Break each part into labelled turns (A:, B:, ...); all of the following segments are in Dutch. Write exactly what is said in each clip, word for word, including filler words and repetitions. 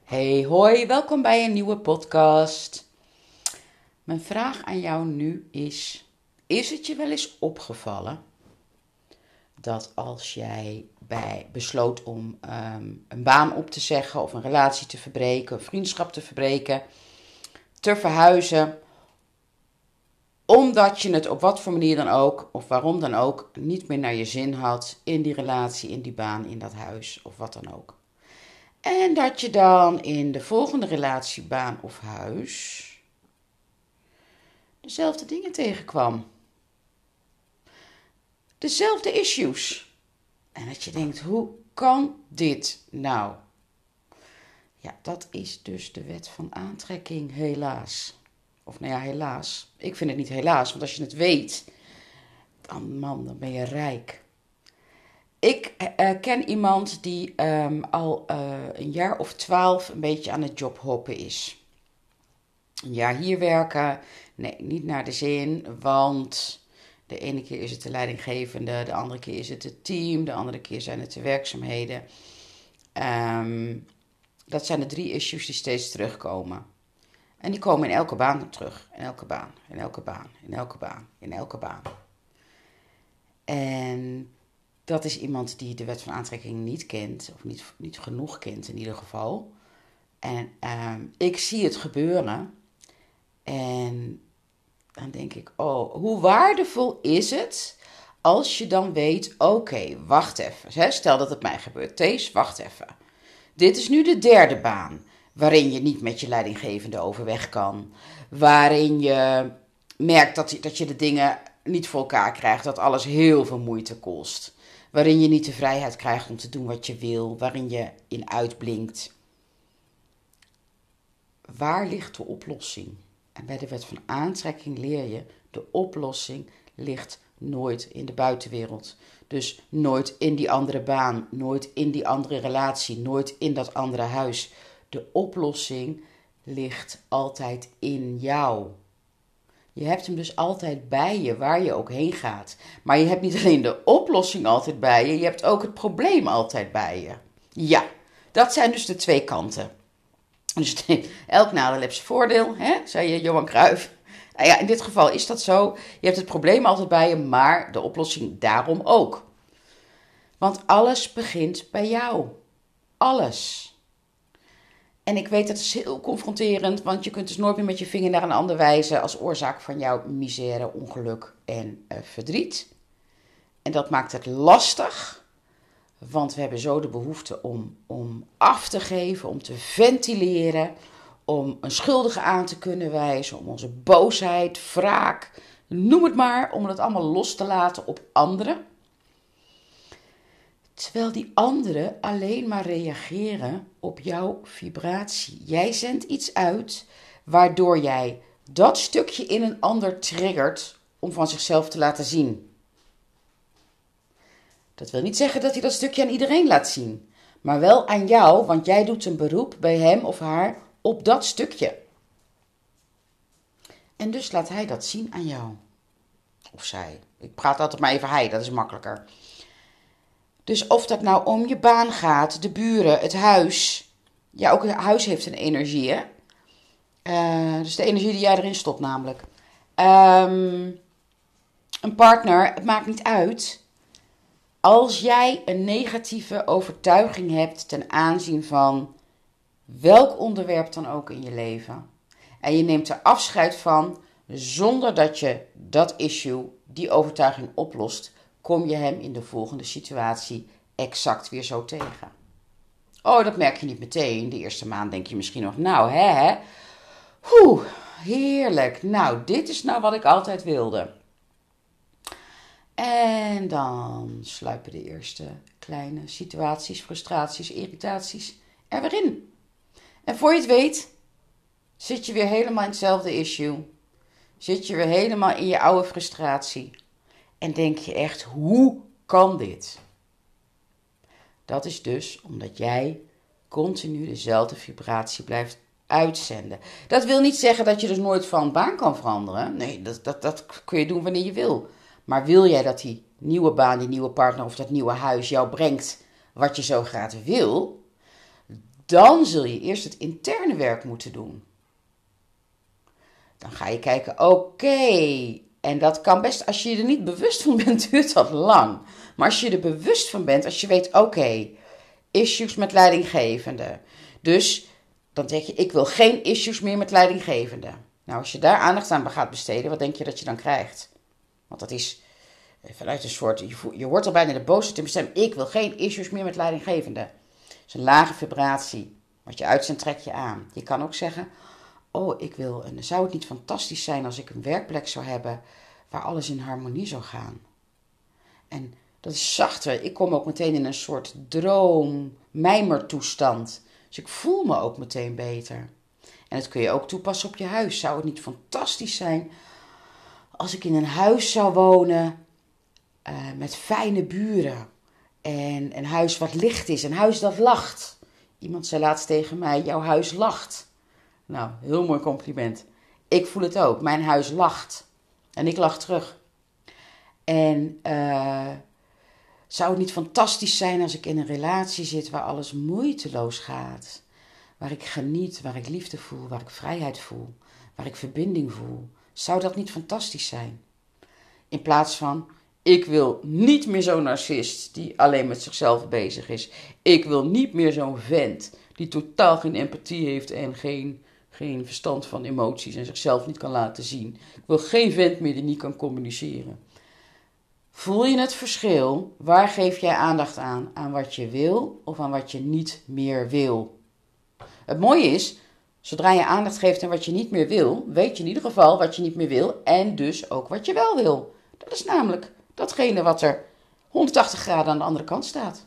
A: Hey, hoi, welkom bij een nieuwe podcast. Mijn vraag aan jou nu is: is het je wel eens opgevallen dat als jij bij besloot om um, een baan op te zeggen of een relatie te verbreken, een vriendschap te verbreken, te verhuizen, omdat je het op wat voor manier dan ook, of waarom dan ook, niet meer naar je zin had in die relatie, in die baan, in dat huis of wat dan ook. En dat je dan in de volgende relatie, baan of huis dezelfde dingen tegenkwam. Dezelfde issues. En dat je denkt, hoe kan dit nou? Ja, dat is dus de wet van aantrekking, helaas. Of nou ja, helaas. Ik vind het niet helaas, want als je het weet, dan man, dan ben je rijk. Ik uh, ken iemand die um, al uh, een jaar of twaalf een beetje aan het jobhoppen is. Een jaar hier werken, nee, niet naar de zin, want de ene keer is het de leidinggevende, de andere keer is het het team, de andere keer zijn het de werkzaamheden. Um, dat zijn de drie issues die steeds terugkomen. En die komen in elke baan terug, in elke baan, in elke baan, in elke baan, in elke baan. En dat is iemand die de wet van aantrekking niet kent, of niet, niet genoeg kent in ieder geval. En um, ik zie het gebeuren. En dan denk ik, oh, hoe waardevol is het als je dan weet, oké, okay, wacht even. Hè? Stel dat het mij gebeurt. Thees, wacht even. Dit is nu de derde baan, waarin je niet met je leidinggevende overweg kan. Waarin je merkt dat, dat je de dingen niet voor elkaar krijgt, dat alles heel veel moeite kost. Waarin je niet de vrijheid krijgt om te doen wat je wil, waarin je in uitblinkt. Waar ligt de oplossing? En bij de wet van aantrekking leer je, de oplossing ligt nooit in de buitenwereld. Dus nooit in die andere baan, nooit in die andere relatie, nooit in dat andere huis. De oplossing ligt altijd in jou. Je hebt hem dus altijd bij je, waar je ook heen gaat. Maar je hebt niet alleen de oplossing altijd bij je, je hebt ook het probleem altijd bij je. Ja, dat zijn dus de twee kanten. Dus elk nadeel heeft zijn voordeel, hè? Zei je Johan Cruijff. Nou ja, in dit geval is dat zo. Je hebt het probleem altijd bij je, maar de oplossing daarom ook. Want alles begint bij jou. Alles. En ik weet dat het is heel confronterend, want je kunt dus nooit meer met je vinger naar een ander wijzen als oorzaak van jouw misère, ongeluk en uh, verdriet. En dat maakt het lastig. Want we hebben zo de behoefte om, om af te geven, om te ventileren, om een schuldige aan te kunnen wijzen, om onze boosheid, wraak, noem het maar, om het allemaal los te laten op anderen. Terwijl die anderen alleen maar reageren op jouw vibratie. Jij zendt iets uit waardoor jij dat stukje in een ander triggert om van zichzelf te laten zien. Dat wil niet zeggen dat hij dat stukje aan iedereen laat zien. Maar wel aan jou, want jij doet een beroep bij hem of haar op dat stukje. En dus laat hij dat zien aan jou. Of zij. Ik praat altijd maar even hij, dat is makkelijker. Dus of dat nou om je baan gaat, de buren, het huis. Ja, ook het huis heeft een energie, hè. Uh, dus de energie die jij erin stopt namelijk. Um, een partner, het maakt niet uit. Als jij een negatieve overtuiging hebt ten aanzien van welk onderwerp dan ook in je leven. En je neemt er afscheid van zonder dat je dat issue, die overtuiging oplost, kom je hem in de volgende situatie exact weer zo tegen. Oh, dat merk je niet meteen. De eerste maand denk je misschien nog, nou hè, hè. Oeh, heerlijk. Nou, dit is nou wat ik altijd wilde. En dan sluipen de eerste kleine situaties, frustraties, irritaties er weer in. En voor je het weet, zit je weer helemaal in hetzelfde issue. Zit je weer helemaal in je oude frustratie. En denk je echt, hoe kan dit? Dat is dus omdat jij continu dezelfde vibratie blijft uitzenden. Dat wil niet zeggen dat je dus nooit van baan kan veranderen. Nee, dat, dat, dat kun je doen wanneer je wil. Maar wil jij dat die nieuwe baan, die nieuwe partner of dat nieuwe huis jou brengt wat je zo graag wil, Dan zul je eerst het interne werk moeten doen. Dan ga je kijken, oké, okay, en dat kan best, als je er niet bewust van bent, duurt dat lang. Maar als je er bewust van bent, als je weet, oké, okay, issues met leidinggevende. Dus dan denk je, ik wil geen issues meer met leidinggevende. Nou, als je daar aandacht aan gaat besteden, wat denk je dat je dan krijgt? Want dat is vanuit een soort, je, voelt, je hoort al bijna de boosheid in stem, ik wil geen issues meer met leidinggevende. Dat is een lage vibratie. Wat je uitzendt, trek je aan. Je kan ook zeggen, oh, ik wil, en zou het niet fantastisch zijn als ik een werkplek zou hebben waar alles in harmonie zou gaan. En dat is zachter. Ik kom ook meteen in een soort droom, mijmertoestand. Dus ik voel me ook meteen beter. En dat kun je ook toepassen op je huis. Zou het niet fantastisch zijn als ik in een huis zou wonen uh, met fijne buren. En een huis wat licht is, een huis dat lacht. Iemand zei laatst tegen mij, jouw huis lacht. Nou, heel mooi compliment. Ik voel het ook. Mijn huis lacht. En ik lach terug. En uh, zou het niet fantastisch zijn als ik in een relatie zit waar alles moeiteloos gaat? Waar ik geniet, waar ik liefde voel, waar ik vrijheid voel, waar ik verbinding voel. Zou dat niet fantastisch zijn? In plaats van, ik wil niet meer zo'n narcist die alleen met zichzelf bezig is. Ik wil niet meer zo'n vent die totaal geen empathie heeft en geen, geen verstand van emoties en zichzelf niet kan laten zien. Ik wil geen vent meer die niet kan communiceren. Voel je het verschil? Waar geef jij aandacht aan? Aan wat je wil of aan wat je niet meer wil? Het mooie is, zodra je aandacht geeft aan wat je niet meer wil, weet je in ieder geval wat je niet meer wil en dus ook wat je wel wil. Dat is namelijk datgene wat er honderdtachtig graden aan de andere kant staat.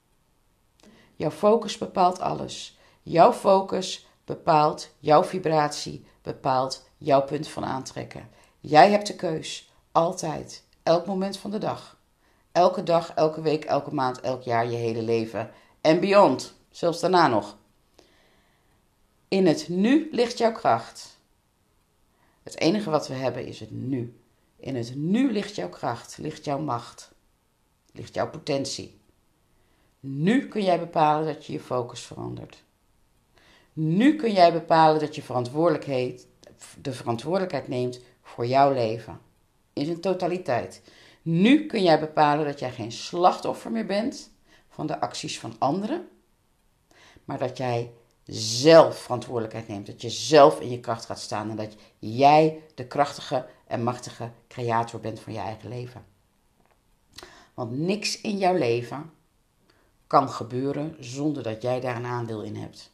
A: Jouw focus bepaalt alles. Jouw focus bepaalt jouw vibratie, bepaalt jouw punt van aantrekken. Jij hebt de keus, altijd, elk moment van de dag. Elke dag, elke week, elke maand, elk jaar, je hele leven en beyond, zelfs daarna nog. In het nu ligt jouw kracht. Het enige wat we hebben is het nu. In het nu ligt jouw kracht, ligt jouw macht, ligt jouw potentie. Nu kun jij bepalen dat je je focus verandert. Nu kun jij bepalen dat je verantwoordelijkheid, de verantwoordelijkheid neemt voor jouw leven. In zijn totaliteit. Nu kun jij bepalen dat jij geen slachtoffer meer bent van de acties van anderen. Maar dat jij zelf verantwoordelijkheid neemt. Dat je zelf in je kracht gaat staan. En dat jij de krachtige en machtige creator bent van je eigen leven. Want niks in jouw leven kan gebeuren zonder dat jij daar een aandeel in hebt.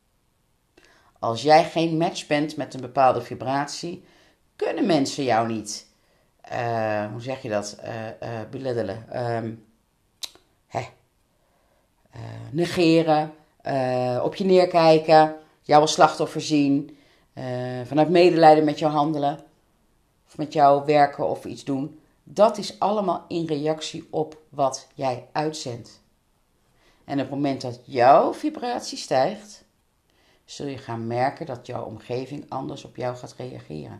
A: Als jij geen match bent met een bepaalde vibratie, kunnen mensen jou niet, uh, hoe zeg je dat, uh, uh, belittelen, um, hè, uh, negeren, uh, op je neerkijken, jou als slachtoffer zien, uh, vanuit medelijden met jou handelen, of met jou werken of iets doen. Dat is allemaal in reactie op wat jij uitzendt. En op het moment dat jouw vibratie stijgt, zul je gaan merken dat jouw omgeving anders op jou gaat reageren.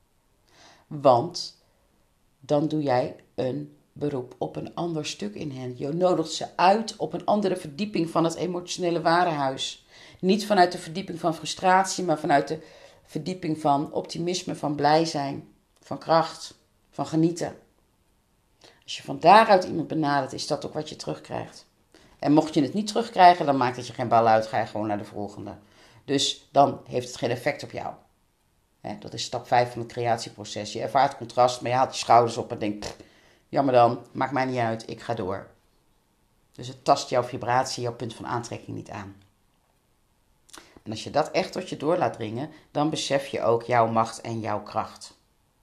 A: Want dan doe jij een beroep op een ander stuk in hen. Je nodigt ze uit op een andere verdieping van het emotionele warenhuis. Niet vanuit de verdieping van frustratie, maar vanuit de verdieping van optimisme, van blij zijn, van kracht, van genieten. Als je van daaruit iemand benadert, is dat ook wat je terugkrijgt. En mocht je het niet terugkrijgen, dan maakt het je geen bal uit, ga je gewoon naar de volgende. Dus dan heeft het geen effect op jou. He, dat is stap vijf van het creatieproces. Je ervaart contrast, maar je haalt je schouders op en denkt, pff, jammer dan, maakt mij niet uit, ik ga door. Dus het tast jouw vibratie, jouw punt van aantrekking niet aan. En als je dat echt tot je door laat dringen, dan besef je ook jouw macht en jouw kracht.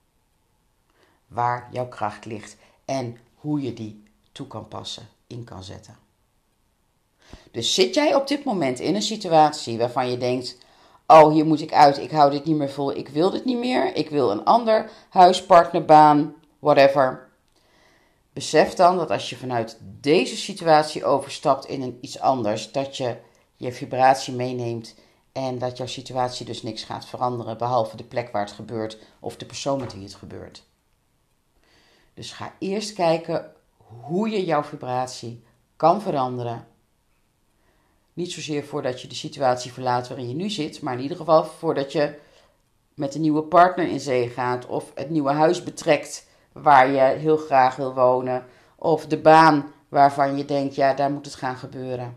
A: Waar jouw kracht ligt en hoe je die toe kan passen, in kan zetten. Dus zit jij op dit moment in een situatie waarvan je denkt, oh, hier moet ik uit, ik hou dit niet meer vol, ik wil dit niet meer, ik wil een ander huis, partner, baan, whatever. Besef dan dat als je vanuit deze situatie overstapt in een iets anders, dat je je vibratie meeneemt en dat jouw situatie dus niks gaat veranderen, behalve de plek waar het gebeurt of de persoon met wie het gebeurt. Dus ga eerst kijken hoe je jouw vibratie kan veranderen. Niet zozeer voordat je de situatie verlaat waarin je nu zit, maar in ieder geval voordat je met een nieuwe partner in zee gaat of het nieuwe huis betrekt waar je heel graag wil wonen of de baan waarvan je denkt, ja, daar moet het gaan gebeuren.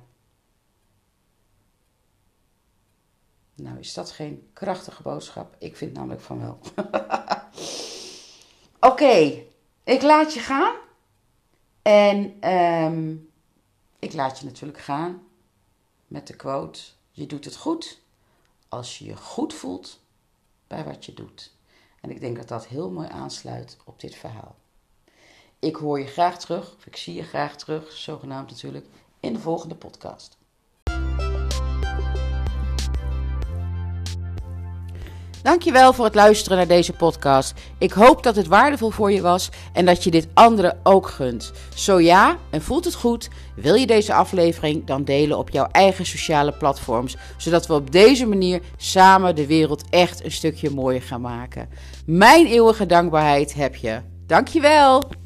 A: Nou, is dat geen krachtige boodschap? Ik vind namelijk van wel. Oké, okay, ik laat je gaan. En um, ik laat je natuurlijk gaan met de quote: je doet het goed als je je goed voelt bij wat je doet. En ik denk dat dat heel mooi aansluit op dit verhaal. Ik hoor je graag terug, of ik zie je graag terug, zogenaamd natuurlijk, in de volgende podcast. Dankjewel voor het luisteren naar deze podcast. Ik hoop dat het waardevol voor je was en dat je dit anderen ook gunt. Zo ja, en voelt het goed, wil je deze aflevering dan delen op jouw eigen sociale platforms, zodat we op deze manier samen de wereld echt een stukje mooier gaan maken. Mijn eeuwige dankbaarheid heb je. Dankjewel!